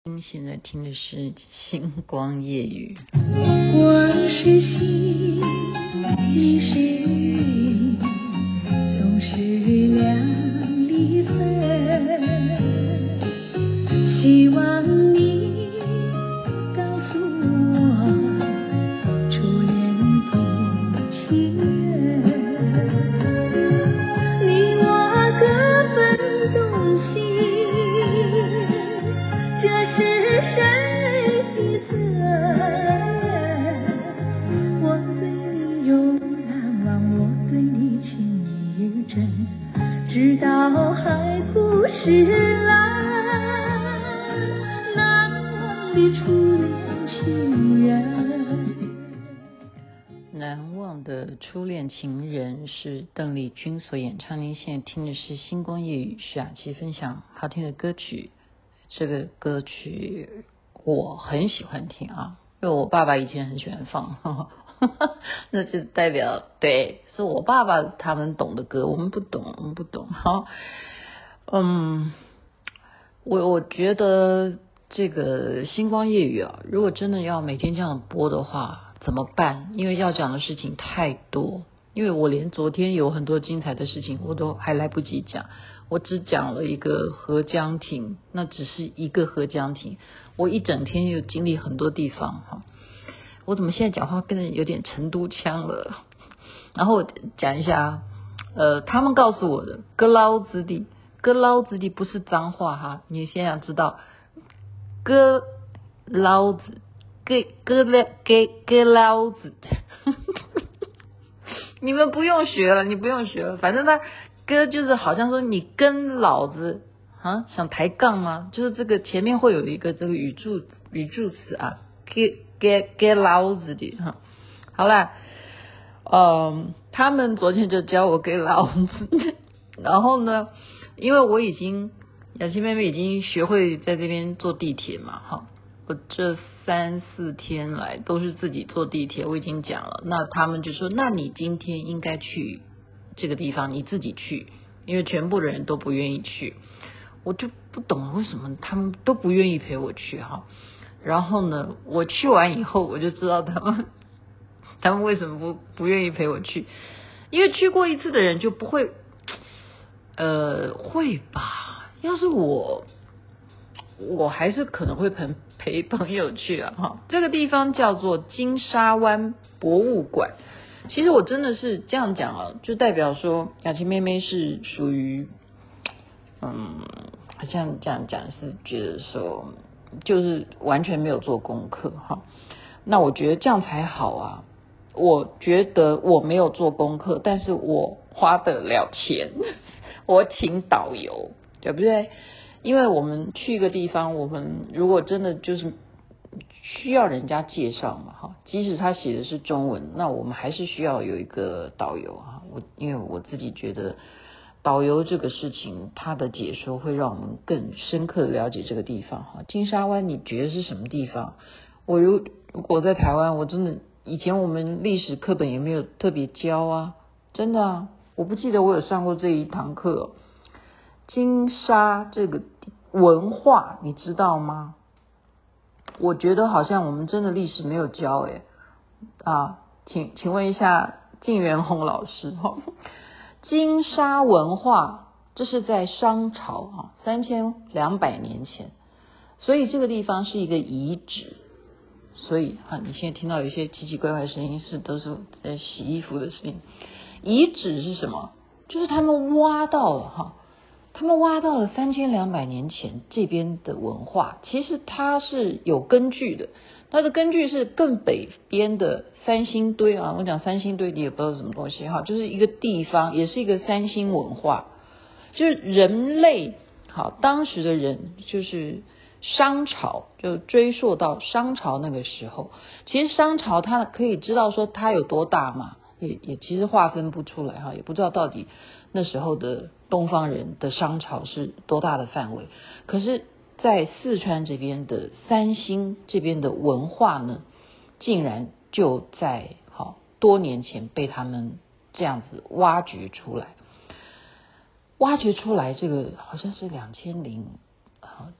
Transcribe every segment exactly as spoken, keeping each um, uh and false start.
您现在听的是星光夜雨。 我是星，你是云，总是两离分。希望你告诉我，初恋多情人，你我各分东西，这是谁的责？我对你永难忘，我对你情意真，直到海枯石烂，难忘的初恋情人。 难忘的初恋情人是邓丽君所演唱。您现在听的是星光夜雨，徐雅琪分享好听的歌曲。这个歌曲我很喜欢听啊，因为我爸爸以前很喜欢放，呵呵那就代表对，是我爸爸他们懂的歌，我们不懂，我们不懂。好，嗯，我我觉得这个星光夜雨啊，如果真的要每天这样播的话，怎么办？因为要讲的事情太多，因为我连昨天有很多精彩的事情我都还来不及讲，我只讲了一个合江亭，那只是一个合江亭，我一整天又经历很多地方哈。我怎么现在讲话变得有点成都腔了？然后我讲一下，呃，他们告诉我的哥老子的，哥老子的不是脏话哈，你先要知道，哥老子，给哥了给给老子，你们不用学了，你不用学了，反正他哥就是好像说你跟老子啊，想抬杠吗？就是这个前面会有一个这个语助语助词啊，给给给老子的哈。好啦，嗯，他们昨天就教我给老子，然后呢，因为我已经雅琪妹妹已经学会在这边坐地铁嘛，哈，我这三四天来都是自己坐地铁，我已经讲了，那他们就说，那你今天应该去这个地方，你自己去，因为全部的人都不愿意去，我就不懂为什么他们都不愿意陪我去哈。然后呢，我去完以后，我就知道他们他们为什么不不愿意陪我去，因为去过一次的人就不会，呃，会吧？要是我，我还是可能会陪陪朋友去啊哈。这个地方叫做金沙湾博物馆。其实我真的是这样讲啊，就代表说雅琪妹妹是属于，嗯，这样这样讲是觉得说，就是完全没有做功课哈。那我觉得这样才好啊。我觉得我没有做功课，但是我花得了钱，我请导游，对不对？因为我们去一个地方，我们如果真的就是需要人家介绍嘛，哈，即使他写的是中文，那我们还是需要有一个导游哈。我因为我自己觉得导游这个事情，他的解说会让我们更深刻的了解这个地方哈。金沙湾你觉得是什么地方？我如如果在台湾，我真的以前我们历史课本也没有特别教啊，真的啊，我不记得我有上过这一堂课哦。金沙这个文化你知道吗？我觉得好像我们真的历史没有教诶啊，请请问一下靳元洪老师哈，金沙文化这是在商朝啊，三千两百年前，所以这个地方是一个遗址。所以啊，你现在听到有一些奇奇怪怪的声音，是都是在洗衣服的声音。遗址是什么？就是他们挖到了哈，他们挖到了三千两百年前这边的文化，其实它是有根据的。它的根据是更北边的三星堆啊，我讲三星堆你也不知道是什么东西哈，就是一个地方，也是一个三星文化，就是人类好，当时的人就是商朝，就追溯到商朝那个时候。其实商朝它可以知道说它有多大嘛，也也其实划分不出来哈，也不知道到底那时候的东方人的商朝是多大的范围。可是在四川这边的三星这边的文化呢，竟然就在好多年前被他们这样子挖掘出来。挖掘出来这个好像是两千零，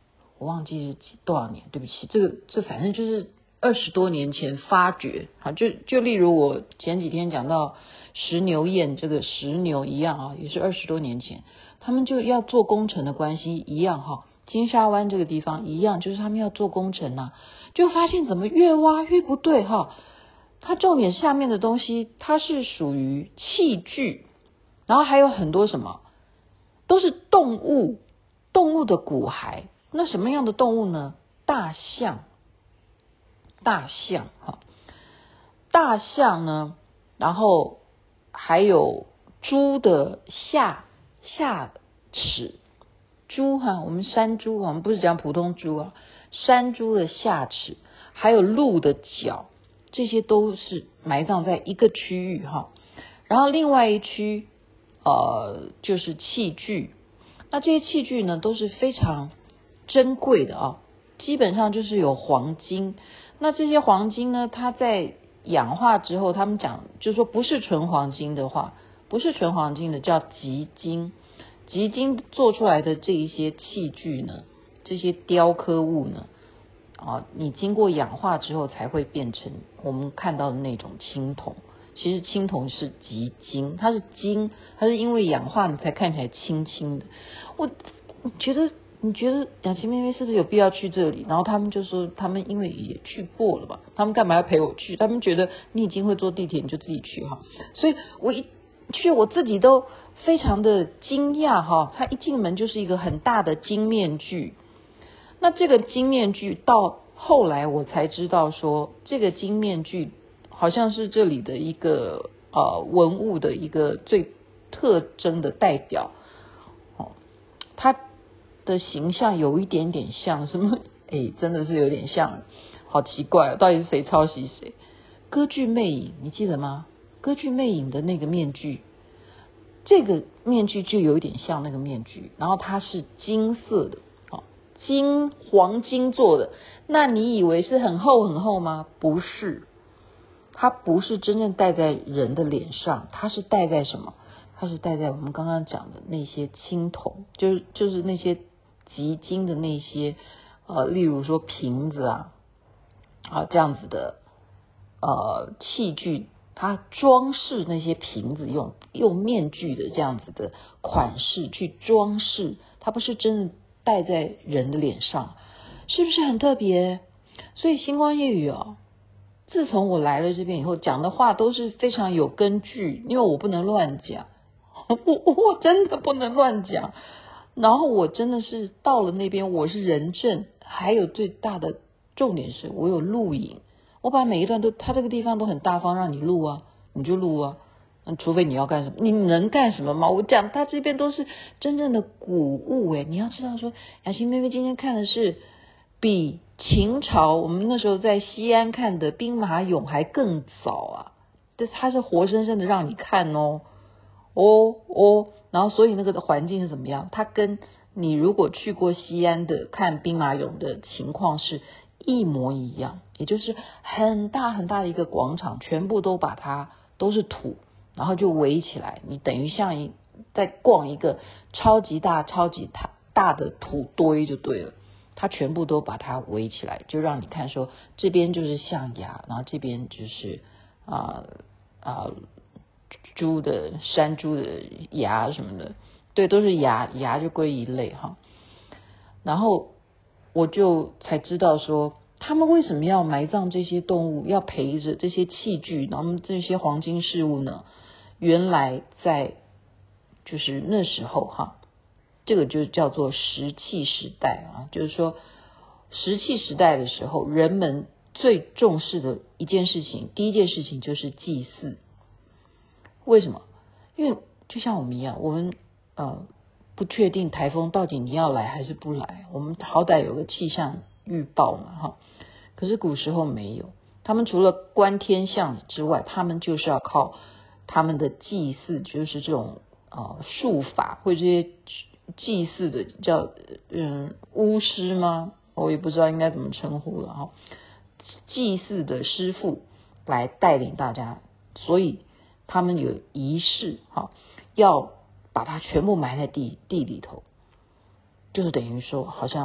我忘记是几多少年，对不起，这个这反正就是二十多年前发掘啊，就就例如我前几天讲到石牛堰这个石牛一样啊，也是二十多年前，他们就要做工程的关系一样哈，金沙湾这个地方一样，就是他们要做工程啊，就发现怎么越挖越不对哈，它重点下面的东西它是属于器具，然后还有很多什么都是动物，动物的骨骸。那什么样的动物呢？大象，大象哈，大象呢，然后还有猪的下下齿，猪哈，我们山猪，我们不是讲普通猪啊，山猪的下齿，还有鹿的角，这些都是埋葬在一个区域哈。然后另外一区呃就是器具，那这些器具呢都是非常珍贵的啊，基本上就是有黄金。那这些黄金呢，它在氧化之后，他们讲就是说不是纯黄金的话，不是纯黄金的叫极金。极金做出来的这一些器具呢，这些雕刻物呢，啊，你经过氧化之后才会变成我们看到的那种青铜。其实青铜是极金，它是金，它是因为氧化你才看起来青青的。我觉得，你觉得雅琪妹妹是不是有必要去这里？然后他们就说，他们因为也去过了吧，他们干嘛要陪我去？他们觉得你已经会坐地铁，你就自己去哈。所以我一去，我自己都非常的惊讶哈。他一进门就是一个很大的金面具，那这个金面具到后来我才知道说，这个金面具好像是这里的一个呃文物的一个最特征的代表。哦，它的形象有一点点像什么？哎，真的是有点像，好奇怪，到底是谁抄袭谁？歌剧魅影，你记得吗？歌剧魅影的那个面具，这个面具就有一点像那个面具，然后它是金色的，哦，金黄金做的。那你以为是很厚很厚吗？不是，它不是真正戴在人的脸上，它是戴在什么？它是戴在我们刚刚讲的那些青铜，就是就是那些极金的那些呃，例如说瓶子啊啊这样子的呃器具，它装饰那些瓶子用用面具的这样子的款式去装饰，它不是真的戴在人的脸上，是不是很特别？所以星光夜语哦，自从我来了这边以后，讲的话都是非常有根据，因为我不能乱讲，我我真的不能乱讲。然后我真的是到了那边，我是人证，还有最大的重点是我有录影，我把每一段都，他这个地方都很大方，让你录啊，你就录啊，除非你要干什么，你能干什么吗？我讲他这边都是真正的古物诶，你要知道说，雅欣妹妹今天看的是比秦朝我们那时候在西安看的兵马俑还更早啊，这它是活生生的让你看哦哦哦，然后所以那个的环境是怎么样？它跟你如果去过西安的看兵马俑的情况是一模一样，也就是很大很大的一个广场，全部都把它都是土，然后就围起来，你等于像一在逛一个超级大超级大大的土堆就对了。它全部都把它围起来，就让你看说这边就是象牙，然后这边就是啊啊、呃呃、猪的山猪的牙什么的，对，都是牙，牙就归一类哈。然后我就才知道说，他们为什么要埋葬这些动物，要陪着这些器具，然后这些黄金饰物呢？原来在就是那时候哈。这个就叫做石器时代啊，就是说石器时代的时候，人们最重视的一件事情，第一件事情就是祭祀。为什么？因为就像我们一样，我们呃不确定台风到底你要来还是不来，我们好歹有个气象预报嘛哈。可是古时候没有，他们除了观天象之外，他们就是要靠他们的祭祀，就是这种呃术法或者这些祭祀的叫嗯巫师吗？我也不知道应该怎么称呼了哈。祭祀的师傅来带领大家，所以他们有仪式哈，要把它全部埋在地地里头，就是等于说好像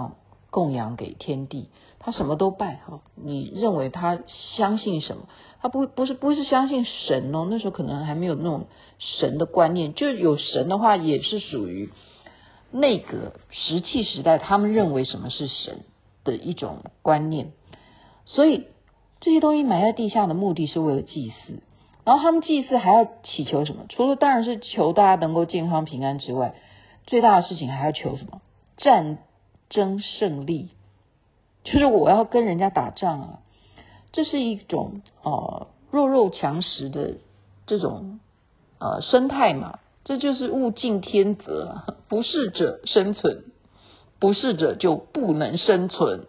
供养给天地，他什么都拜哈。你认为他相信什么？他不不是不是相信神哦，那时候可能还没有那种神的观念，就有神的话也是属于内阁石器时代他们认为什么是神的一种观念。所以这些东西埋在地下的目的是为了祭祀，然后他们祭祀还要祈求什么？除了当然是求大家能够健康平安之外，最大的事情还要求什么？战争胜利，就是我要跟人家打仗啊，这是一种呃弱肉强食的这种呃生态嘛，这就是物竞天择啊，不适者生存，不适者就不能生存。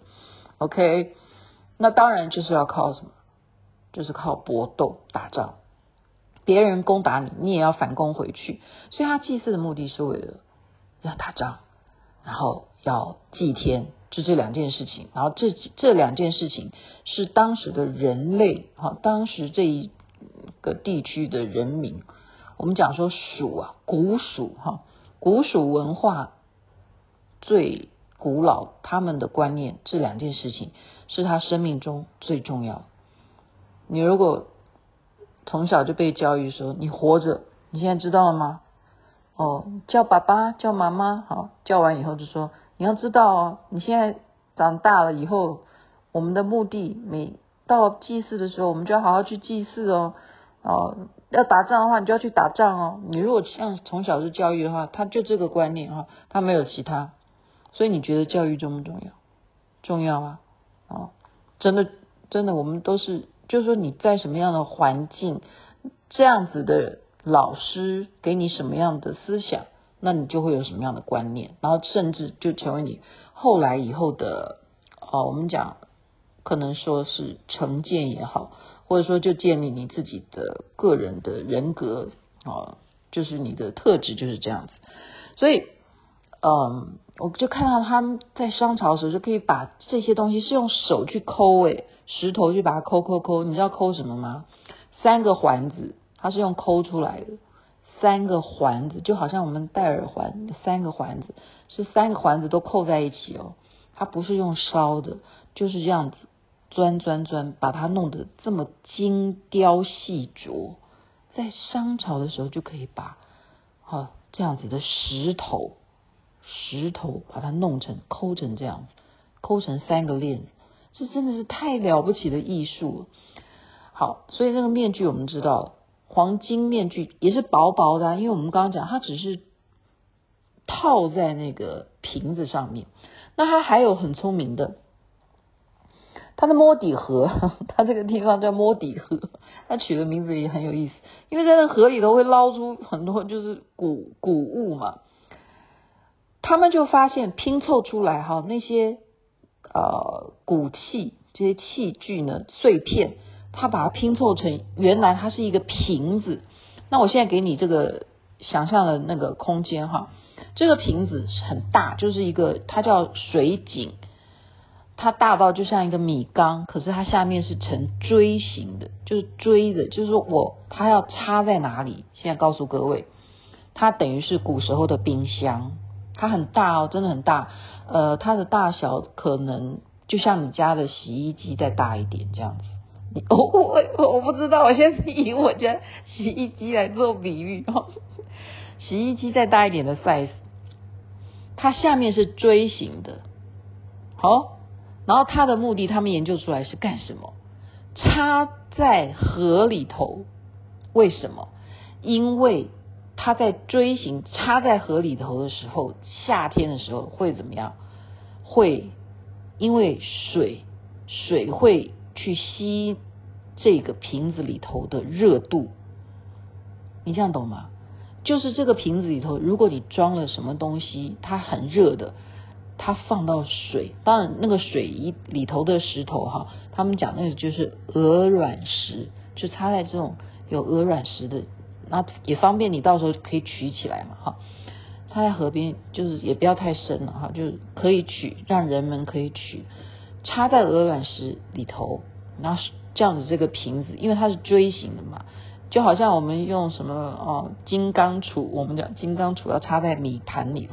OK， 那当然就是要靠什么？就是靠搏斗打仗，别人攻打你，你也要反攻回去。所以他祭祀的目的是为了要打仗，然后要祭天，就这两件事情。然后这这两件事情是当时的人类哈，当时这一个地区的人民，我们讲说蜀啊，古蜀哈，古蜀文化最古老，他们的观念，这两件事情是他生命中最重要的。你如果从小就被教育说你活着，你现在知道了吗？哦，叫爸爸叫妈妈，好，叫完以后就说你要知道哦，你现在长大了以后，我们的目的每到祭祀的时候，我们就要好好去祭祀哦。哦，要打仗的话，你就要去打仗哦。你如果像从小是教育的话，他就这个观念哈，他没有其他。所以你觉得教育重不重要？重要啊！哦，真的真的，我们都是，就是说你在什么样的环境，这样子的老师给你什么样的思想，那你就会有什么样的观念，然后甚至就成为你后来以后的哦，我们讲可能说是成见也好，或者说就建立你自己的个人的人格哦，就是你的特质就是这样子。所以嗯，我就看到他们在商朝的时候就可以把这些东西是用手去抠，诶，石头去把它抠抠抠。你知道抠什么吗？三个环子，它是用抠出来的。三个环子就好像我们戴耳环，三个环子是三个环子都扣在一起哦，它不是用烧的，就是这样子钻钻钻，把它弄得这么精雕细琢。在商朝的时候就可以把哦这样子的石头。石头把它弄成抠成这样子，抠成三个链子，这真的是太了不起的艺术了。好，所以这个面具我们知道，黄金面具也是薄薄的啊，因为我们刚刚讲它只是套在那个瓶子上面。那它还有很聪明的，它的摸底河，它这个地方叫摸底河，它取的名字也很有意思，因为在那河里头会捞出很多就是古古物嘛。他们就发现拼凑出来哈，那些呃骨器这些器具呢碎片，他把它拼凑成原来它是一个瓶子。那我现在给你这个想象的那个空间哈，这个瓶子很大，就是一个它叫水井，它大到就像一个米缸，可是它下面是呈锥形的，就是锥的，就是说我它要插在哪里？现在告诉各位，它等于是古时候的冰箱。它很大哦，真的很大，呃，它的大小可能就像你家的洗衣机再大一点这样子。你我我我不知道，我现在以我家洗衣机来做比喻哦，洗衣机再大一点的 size， 它下面是锥形的，好，然后它的目的，他们研究出来是干什么？插在河里头，为什么？因为它在锥形插在河里头的时候，夏天的时候会怎么样？会因为水水会去吸这个瓶子里头的热度，你这样懂吗？就是这个瓶子里头，如果你装了什么东西，它很热的，它放到水，当然那个水里头的石头哈，他们讲那个就是鹅卵石，就插在这种有鹅卵石的。那也方便你到时候可以取起来嘛，哈，插在河边就是也不要太深了哈，就是可以取，让人们可以取，插在鹅卵石里头，然后这样子这个瓶子，因为它是锥形的嘛，就好像我们用什么哦金刚杵，我们讲金刚杵要插在米盘里头，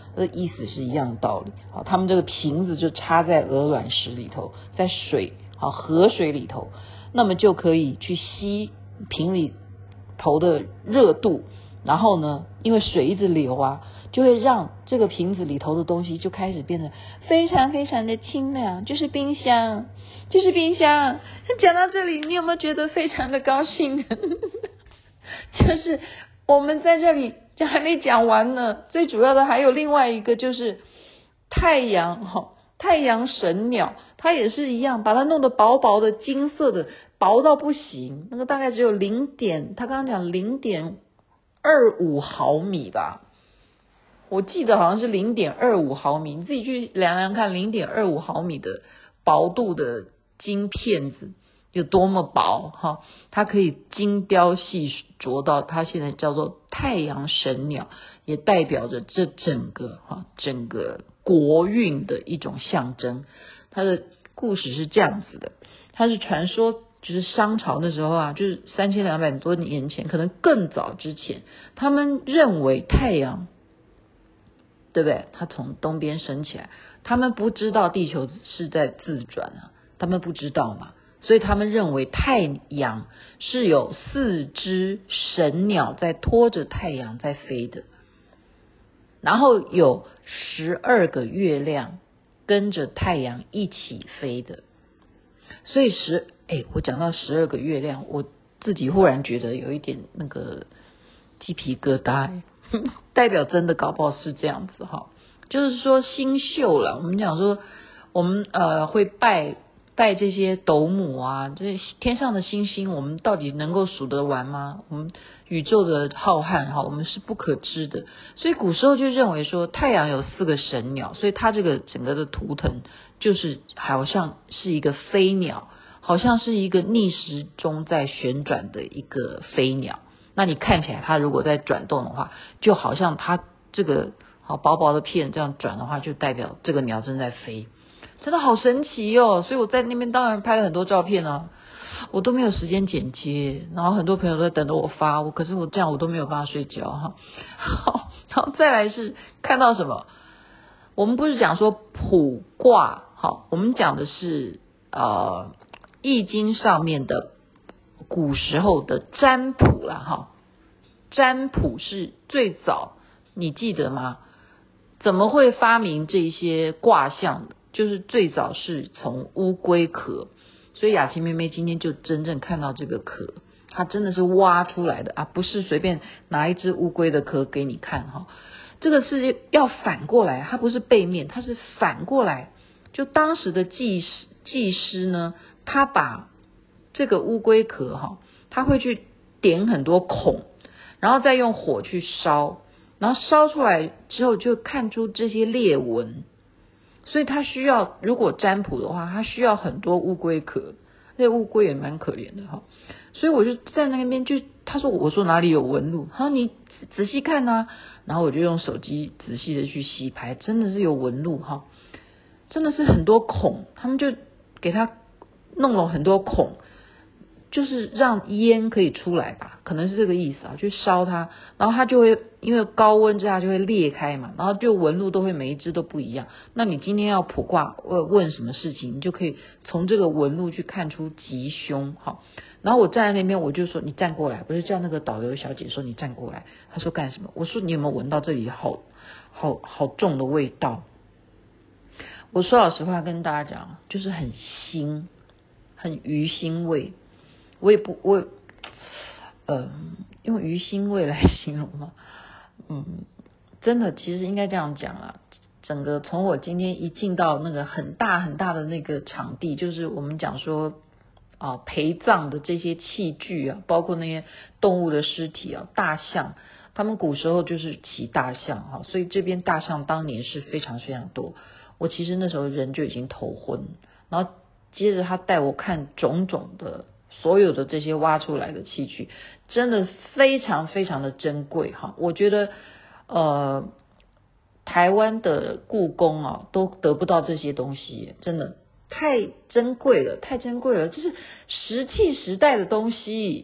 的意思是一样的道理。好，他们这个瓶子就插在鹅卵石里头，在水好河水里头，那么就可以去吸瓶里头的热度，然后呢，因为水一直流啊，就会让这个瓶子里头的东西就开始变得非常非常的清凉，就是冰箱，就是冰箱。讲到这里，你有没有觉得非常的高兴？就是我们在这里就还没讲完呢，最主要的还有另外一个，就是太阳哈，太阳神鸟，它也是一样，把它弄得薄薄的金色的，薄到不行，那个大概只有零点，他刚刚讲零点二五毫米吧，我记得好像是零点二五毫米，你自己去量量看，零点二五毫米的薄度的金片子有多么薄哈，它可以精雕细琢到它现在叫做太阳神鸟，也代表着这整个哈整个国运的一种象征。它的故事是这样子的，它是传说就是商朝的时候啊，就是三千两百多年前，可能更早之前，他们认为太阳，对不对？它从东边升起来，他们不知道地球是在自转啊，他们不知道嘛，所以他们认为太阳是有四只神鸟在拖着太阳在飞的，然后有十二个月亮跟着太阳一起飞的。所以十哎，我讲到十二个月亮，我自己忽然觉得有一点那个鸡皮疙瘩，代表真的搞不好是这样子哈。就是说星宿了，我们讲说我们呃会拜拜这些斗母啊，这天上的星星，我们到底能够数得完吗？我们宇宙的浩瀚哈，我们是不可知的。所以古时候就认为说太阳有四个神鸟，所以它这个整个的图腾就是好像是一个飞鸟，好像是一个逆时钟在旋转的一个飞鸟。那你看起来它如果在转动的话，就好像它这个好薄薄的片这样转的话，就代表这个鸟正在飞，真的好神奇哦。所以我在那边当然拍了很多照片啊，我都没有时间剪接，然后很多朋友都在等着我发，我可是我这样我都没有办法睡觉哈。好，然后再来是看到什么，我们不是讲说卜卦，好，我们讲的是呃易经上面的古时候的占卜啦哈。占卜是最早，你记得吗？怎么会发明这些卦象的？就是最早是从乌龟壳，所以雅琪妹妹今天就真正看到这个壳，它真的是挖出来的啊，不是随便拿一只乌龟的壳给你看哈。这个是要反过来，它不是背面，它是反过来。就当时的技师技师呢，他把这个乌龟壳哈，他会去点很多孔，然后再用火去烧，然后烧出来之后就看出这些裂纹，所以他需要，如果占卜的话，他需要很多乌龟壳，那乌龟也蛮可怜的哈。所以我就在那边就，他说我说哪里有纹路，他说你仔细看啊，然后我就用手机仔细的去洗牌，真的是有纹路哈，真的是很多孔，他们就给他弄了很多孔。就是让烟可以出来吧，可能是这个意思啊，去烧它，然后它就会因为高温之下就会裂开嘛，然后就纹路都会每一只都不一样。那你今天要卜卦问问什么事情，你就可以从这个纹路去看出吉凶哈。然后我站在那边，我就说你站过来，不是叫那个导游小姐说你站过来，她说干什么？我说你有没有闻到这里好好好重的味道？我说老实话跟大家讲，就是很腥，很鱼腥味。我也不我呃用鱼腥味来形容嘛，嗯，真的其实应该这样讲啦。整个从我今天一进到那个很大很大的那个场地，就是我们讲说啊陪葬的这些器具啊，包括那些动物的尸体啊，大象，他们古时候就是骑大象哈，所以这边大象当年是非常非常多。我其实那时候人就已经头昏，然后接着他带我看种种的。所有的这些挖出来的器具真的非常非常的珍贵哈，我觉得呃台湾的故宫啊都得不到这些东西，真的太珍贵了，太珍贵了，这是石器时代的东西，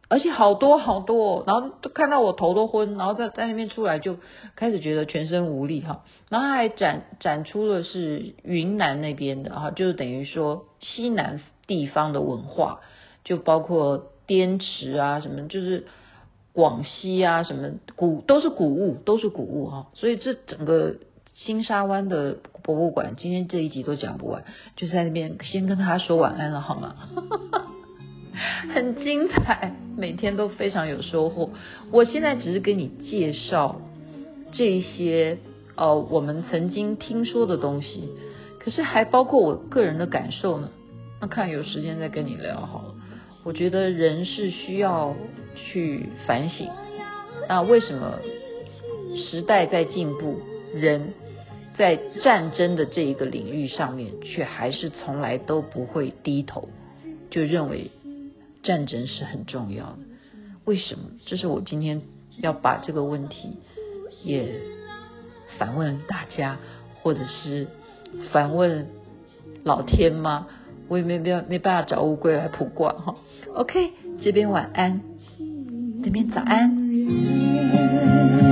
而且好多好多、哦，然后都看到我头都昏，然后在在那边出来就开始觉得全身无力哈。然后他还展展出的是云南那边的哈，就是等于说西南地方的文化，就包括滇池啊什么，就是广西啊什么古都是古物，都是古物哈。所以这整个新沙湾的博物馆，今天这一集都讲不完，就在那边先跟他说晚安了好吗？很精彩，每天都非常有收获。我现在只是跟你介绍这一些呃我们曾经听说的东西，可是还包括我个人的感受呢。那看有时间再跟你聊好了。我觉得人是需要去反省，那为什么时代在进步，人在战争的这一个领域上面却还是从来都不会低头，就认为战争是很重要的。为什么？这是我今天要把这个问题也反问大家，或者是反问老天吗？我也没没没办法找乌龟来卜卦哈。OK， 这边晚安，那边早安。